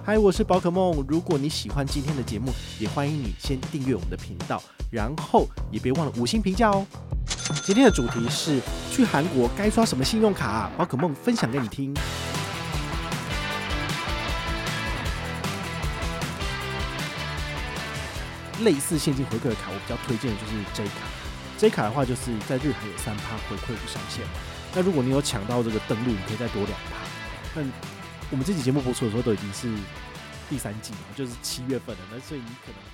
嗨，我是宝可梦。如果你喜欢今天的节目，也欢迎你先订阅我们的频道，然后也别忘了5星评价哦。今天的主题是去韩国该刷什么信用卡啊？宝可梦分享给你听。类似现金回馈的卡，我比较推荐的就是 J 卡。J 卡的话，就是在日韩有3%回馈无上限。那如果你有抢到这个登录，你可以再多2%。但我们这期节目播出的时候都已经是第3季嘛，就是7月份了，那所以你可能……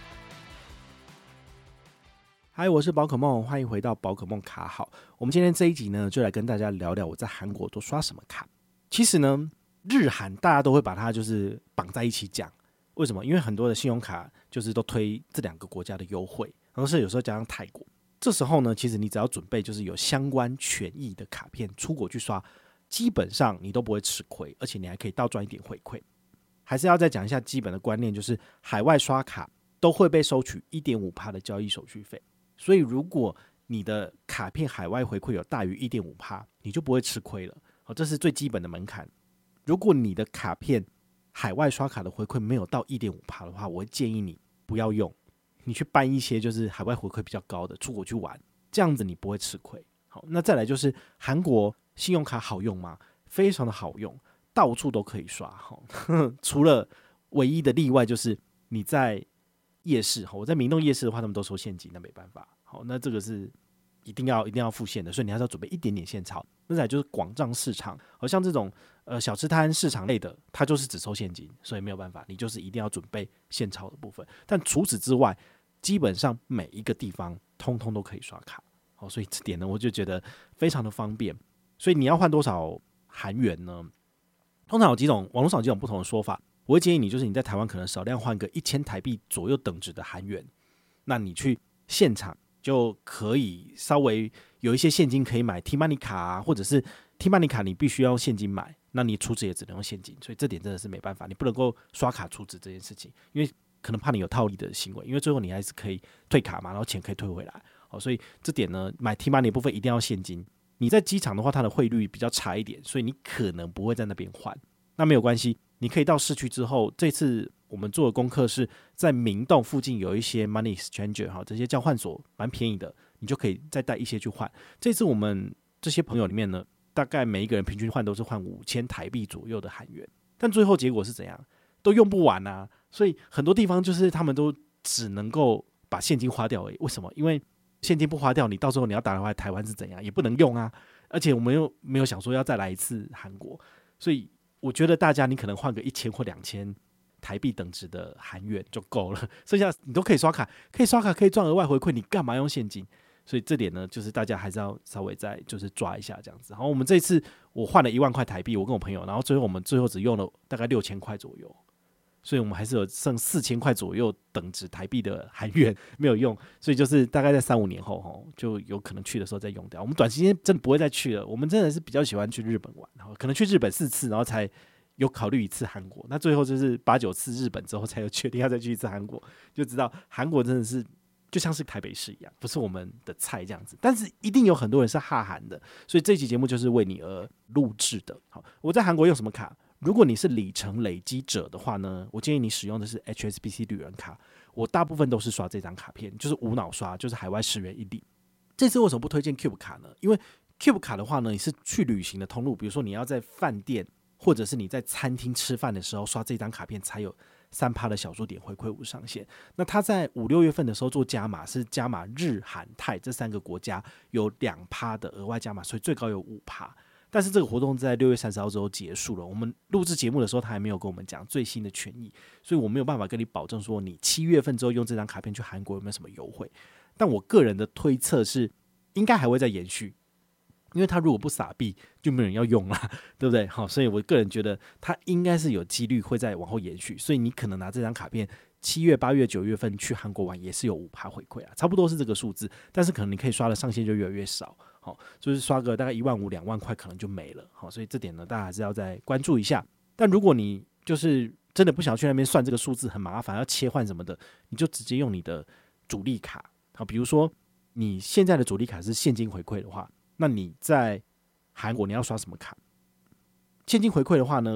嗨，我是宝可梦，欢迎回到宝可梦卡好。我们今天这一集呢，就来跟大家聊聊我在韩国都刷什么卡。其实呢，日韩大家都会把它就是绑在一起讲，为什么？因为很多的信用卡就是都推这2个国家的优惠，然后是有时候加上泰国。这时候呢，其实你只要准备就是有相关权益的卡片出国去刷，基本上你都不会吃亏，而且你还可以倒赚一点回馈。还是要再讲一下基本的观念，就是海外刷卡都会被收取 1.5% 的交易手续费，所以如果你的卡片海外回馈有大于 1.5%， 你就不会吃亏了。这是最基本的门槛。如果你的卡片海外刷卡的回馈没有到 1.5% 的话，我会建议你不要用，你去办一些就是海外回馈比较高的出国去玩，这样子你不会吃亏。好，那再来就是韩国信用卡好用吗？非常的好用，到处都可以刷。除了唯一的例外就是你在夜市，我在明洞夜市的话，他们都收现金，那没办法。好，那这个是一定要付现的，所以你还是要准备一点点现钞。那再来就是广账市场，好像这种小吃摊市场类的，它就是只收现金，所以没有办法，你就是一定要准备现钞的部分。但除此之外，基本上每一个地方通通都可以刷卡。好，所以这点呢，我就觉得非常的方便。所以你要换多少韩元呢？通常有几种，网络上有几种不同的说法。我会建议你，就是你在台湾可能少量换个1000台币左右等值的韩元，那你去现场就可以稍微有一些现金可以买 T-Money 卡啊，或者是 T-Money 卡你必须要用现金买，那你储值也只能用现金，所以这点真的是没办法，你不能够刷卡储值这件事情，因为可能怕你有套利的行为，因为最后你还是可以退卡嘛，然后钱可以退回来。所以这点呢，买 T-Money 的部分一定要现金。你在机场的话，它的汇率比较差一点，所以你可能不会在那边换。那没有关系，你可以到市区之后，这次我们做的功课是在明洞附近有一些 money exchanger 这些交换所蛮便宜的，你就可以再带一些去换。这次我们这些朋友里面呢，大概每一个人平均换都是换5000台币左右的韩元，但最后结果是怎样？都用不完啊！所以很多地方就是他们都只能够把现金花掉而已。为什么？因为现金不花掉，你到时候你要打回来台湾是怎样，也不能用啊。而且我们又没有想说要再来一次韩国，所以我觉得大家你可能换个1000或2000台币等值的韩元就够了，剩下你都可以刷卡，可以刷卡可以赚额外回馈，你干嘛用现金？所以这点呢，就是大家还是要稍微再就是抓一下这样子。然后我们这次我换了1万块台币，我跟我朋友，然后我们最后只用了大概6000块左右。所以我们还是有剩4000块左右等值台币的韩元没有用，所以就是大概在3-5年后就有可能去的时候再用掉。我们短时间真的不会再去了，我们真的是比较喜欢去日本玩，然后可能去日本4次，然后才有考虑1次韩国。那最后就是8-9次日本之后才有确定要再去1次韩国，就知道韩国真的是就像是台北市一样，不是我们的菜这样子。但是一定有很多人是哈韩的，所以这期节目就是为你而录制的。好，我在韩国用什么卡？如果你是里程累积者的话呢，我建议你使用的是 HSBC 旅人卡。我大部分都是刷这张卡片，就是无脑刷，就是海外10元1里。这次为什么不推荐 Cube 卡呢？因为 Cube 卡的话呢，你是去旅行的通路，比如说你要在饭店或者是你在餐厅吃饭的时候刷这张卡片，才有3%的小数点回馈无上限。那它在5-6月份的时候做加码，是加码日韩泰这3个国家有2%的额外加码，所以最高有5%。但是这个活动在6月30号之后结束了，我们录制节目的时候他还没有跟我们讲最新的权益，所以我没有办法跟你保证说你7月份之后用这张卡片去韩国有没有什么优惠。但我个人的推测是应该还会再延续，因为他如果不撒币就没有人要用啦，对不对？好，所以我个人觉得他应该是有几率会再往后延续，所以你可能拿这张卡片7月、8月、9月份去韩国玩也是有5%回馈啊，差不多是这个数字，但是可能你可以刷的上限就越来越少。好，就是刷个大概15000-2万块可能就没了。好，所以这点呢，大家还是要再关注一下。但如果你就是真的不想去那边算这个数字很麻烦，要切换什么的，你就直接用你的主力卡。好，比如说你现在的主力卡是现金回馈的话，那你在韩国你要刷什么卡？现金回馈的话呢，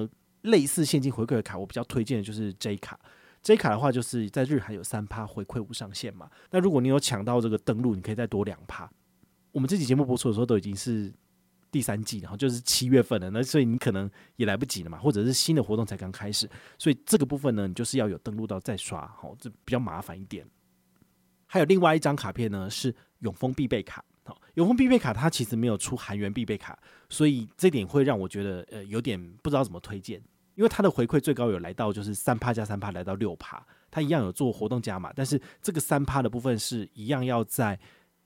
类似现金回馈的卡，我比较推荐的就是 J 卡。J 卡的话，就是在日韩有3%回馈无上限嘛。那如果你有抢到这个登录，你可以再多2%。我们这期节目播出的时候都已经是第3季，然后就是7月份了，那所以你可能也来不及了嘛，或者是新的活动才刚开始，所以这个部分呢，你就是要有登录到再刷，这比较麻烦一点。还有另外一张卡片呢，是永丰必备卡。永丰必备卡它其实没有出韩元必备卡，所以这点会让我觉得有点不知道怎么推荐，因为它的回馈最高有来到就是3%加3%来到6%，它一样有做活动加码，但是这个3%的部分是一样要在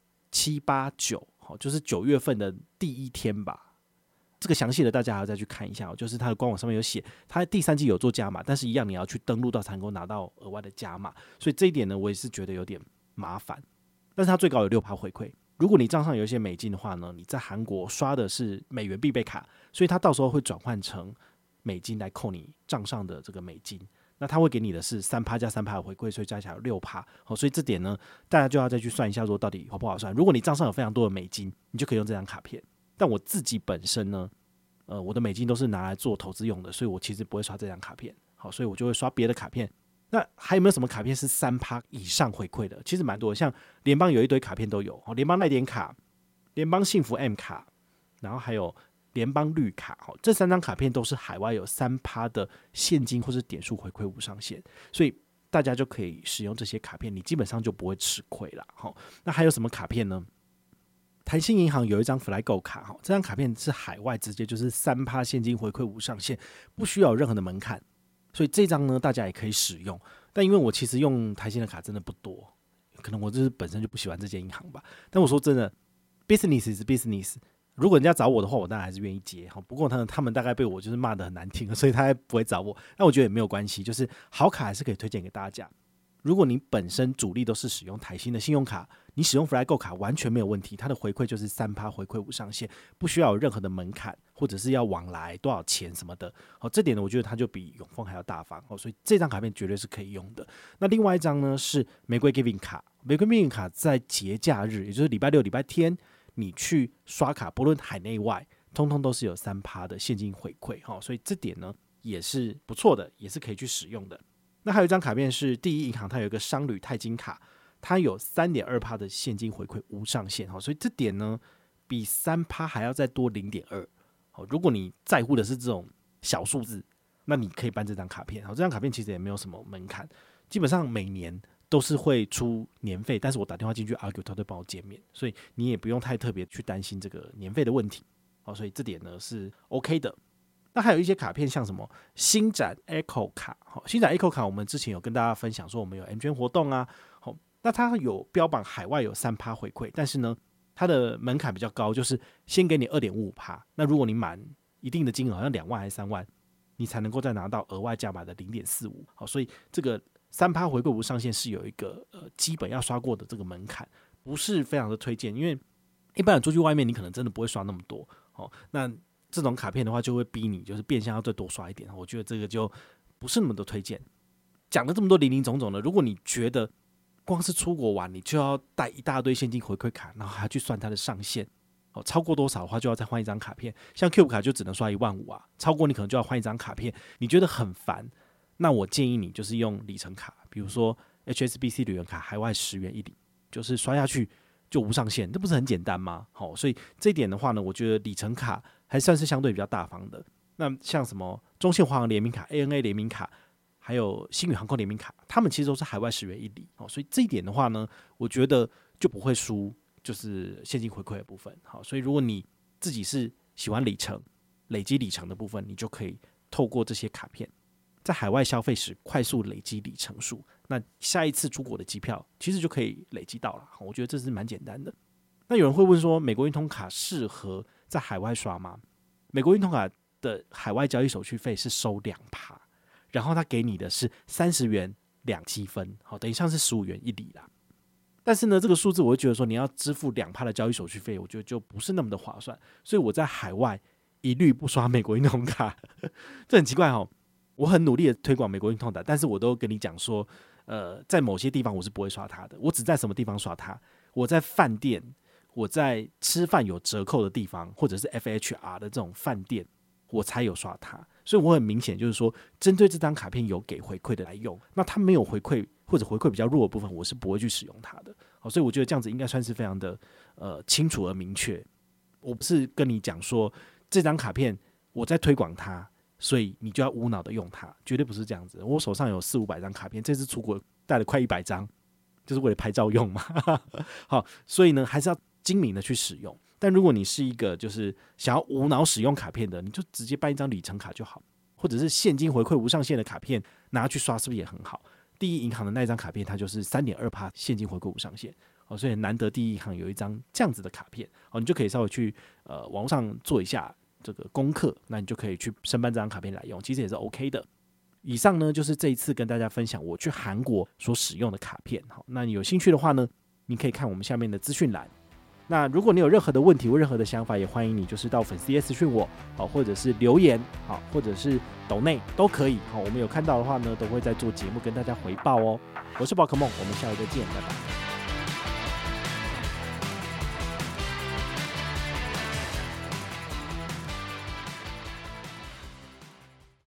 7、8、9，就是9月份的第1天吧。这个详细的大家还要再去看一下，就是它的官网上面有写，它第3季有做加码，但是一样你要去登录到才能够拿到额外的加码，所以这一点呢，我也是觉得有点麻烦。但是它最高有6%回馈。如果你账上有一些美金的话呢，你在韩国刷的是美元必备卡，所以它到时候会转换成美金来扣你账上的这个美金。那它会给你的是3%加3%的回馈，所以加起来有6%。所以这点呢，大家就要再去算一下，说到底好不好算。如果你账上有非常多的美金，你就可以用这张卡片。但我自己本身呢，我的美金都是拿来做投资用的，所以我其实不会刷这张卡片。好，所以我就会刷别的卡片。那还有没有什么卡片是3%以上回馈的？其实蛮多的，像联邦有一堆卡片都有，联邦耐点卡、联邦幸福 M 卡，然后还有联邦绿卡，这3张卡片都是海外有3%的现金或是点数回馈无上限，所以大家就可以使用这些卡片，你基本上就不会吃亏啦。那还有什么卡片呢？台新银行有一张 Flygo 卡，这张卡片是海外直接就是3%现金回馈无上限，不需要有任何的门槛。所以这张呢，大家也可以使用，但因为我其实用台新的卡真的不多，可能我就是本身就不喜欢这间银行吧。但我说真的 ，business is business， 如果人家找我的话，我当然还是愿意接。不过他们大概被我就是骂得很难听，所以他还不会找我。但我觉得也没有关系，就是好卡还是可以推荐给大家。如果你本身主力都是使用台新的信用卡，你使用 Flygo 卡完全没有问题，它的回馈就是3%回馈无上限，不需要有任何的门槛，或者是要往来多少钱什么的。这点呢，我觉得它就比永丰还要大方，所以这张卡片绝对是可以用的。那另外一张呢是玫瑰 Giving 卡，玫瑰 Giving 卡在节假日，也就是礼拜六、礼拜天，你去刷卡，不论海内外，通通都是有3%的现金回馈，所以这点呢也是不错的，也是可以去使用的。那还有一张卡片是第一银行，它有一个商旅钛金卡，它有 3.2% 的现金回馈无上限，所以这点呢比 3% 还要再多 0.2%。如果你在乎的是这种小数字，那你可以办这张卡片。这张卡片其实也没有什么门槛，基本上每年都是会出年费，但是我打电话进去 argue， 他都帮我减免，所以你也不用太特别去担心这个年费的问题。所以这点呢是 OK 的。那还有一些卡片，像什么星展 Echo 卡，星展 Echo 卡我们之前有跟大家分享说我们有 M 捐活动啊，那它有标榜海外有3%回馈，但是呢它的门槛比较高，就是先给你 2.55%， 那如果你满一定的金额，好像2万还是3万，你才能够再拿到额外加码的 0.45%。所以这个3%回馈无上限是有一个基本要刷过的这个门槛，不是非常的推荐，因为一般人出去外面你可能真的不会刷那么多。那这种卡片的话就会逼你就是变相要再多刷一点，我觉得这个就不是那么的推荐。讲了这么多零零总总的，如果你觉得光是出国玩你就要带一大堆现金回馈卡，然后还要去算它的上限，超过多少的话就要再换一张卡片，像 Cube 卡就只能刷15000啊，超过你可能就要换一张卡片，你觉得很烦，那我建议你就是用里程卡，比如说 HSBC 旅游卡海外10元一里，就是刷下去就无上限，这不是很简单吗？所以这一点的话呢，我觉得里程卡还算是相对比较大方的。那像什么中信华航联名卡、ANA 联名卡，还有星宇航空联名卡，他们其实都是海外10元一里，所以这一点的话呢，我觉得就不会输，就是现金回馈的部分。所以如果你自己是喜欢里程、累积里程的部分，你就可以透过这些卡片，在海外消费时快速累积里程数，那下一次出国的机票其实就可以累积到了。我觉得这是蛮简单的。那有人会问说，美国运通卡适合在海外刷吗？美国运通卡的海外交易手续费是收 2%， 然后他给你的是30元2积分，等于像是15元一里啦。但是呢，这个数字我会觉得说，你要支付 2% 的交易手续费，我觉得就不是那么的划算。所以我在海外一律不刷美国运通卡，这很奇怪哦。我很努力的推广美国运通卡，但是我都跟你讲说，在某些地方我是不会刷它的。我只在什么地方刷它？我在饭店，我在吃饭有折扣的地方，或者是 FHR 的这种饭店，我才有刷它。 所以我很明显就是说，针对这张卡片有给回馈的来用，那它没有回馈或者回馈比较弱的部分，我是不会去使用它的。好，所以我觉得这样子应该算是非常的清楚而明确。我不是跟你讲说这张卡片我在推广它，所以你就要无脑的用它，绝对不是这样子。我手上有400-500张卡片，这次出国带了快100张，就是为了拍照用嘛。好，所以呢还是要精明的去使用。但如果你是一个就是想要无脑使用卡片的，你就直接办一张里程卡就好，或者是现金回馈无上限的卡片拿去刷，是不是也很好？第一银行的那一张卡片，它就是 3.2% 现金回馈无上限，所以难得第一银行有一张这样子的卡片，你就可以稍微去网络上做一下这个功课，那你就可以去申办这张卡片来用，其实也是 OK 的。以上呢就是这一次跟大家分享我去韩国所使用的卡片。好，那你有兴趣的话呢，你可以看我们下面的资讯栏。那如果你有任何的问题或任何的想法，也欢迎你就是到粉丝页私讯我，或者是留言，或者是抖内都可以。我们有看到的话呢，都会在做节目跟大家回报哦。我是宝可梦，我们下回再见，拜拜。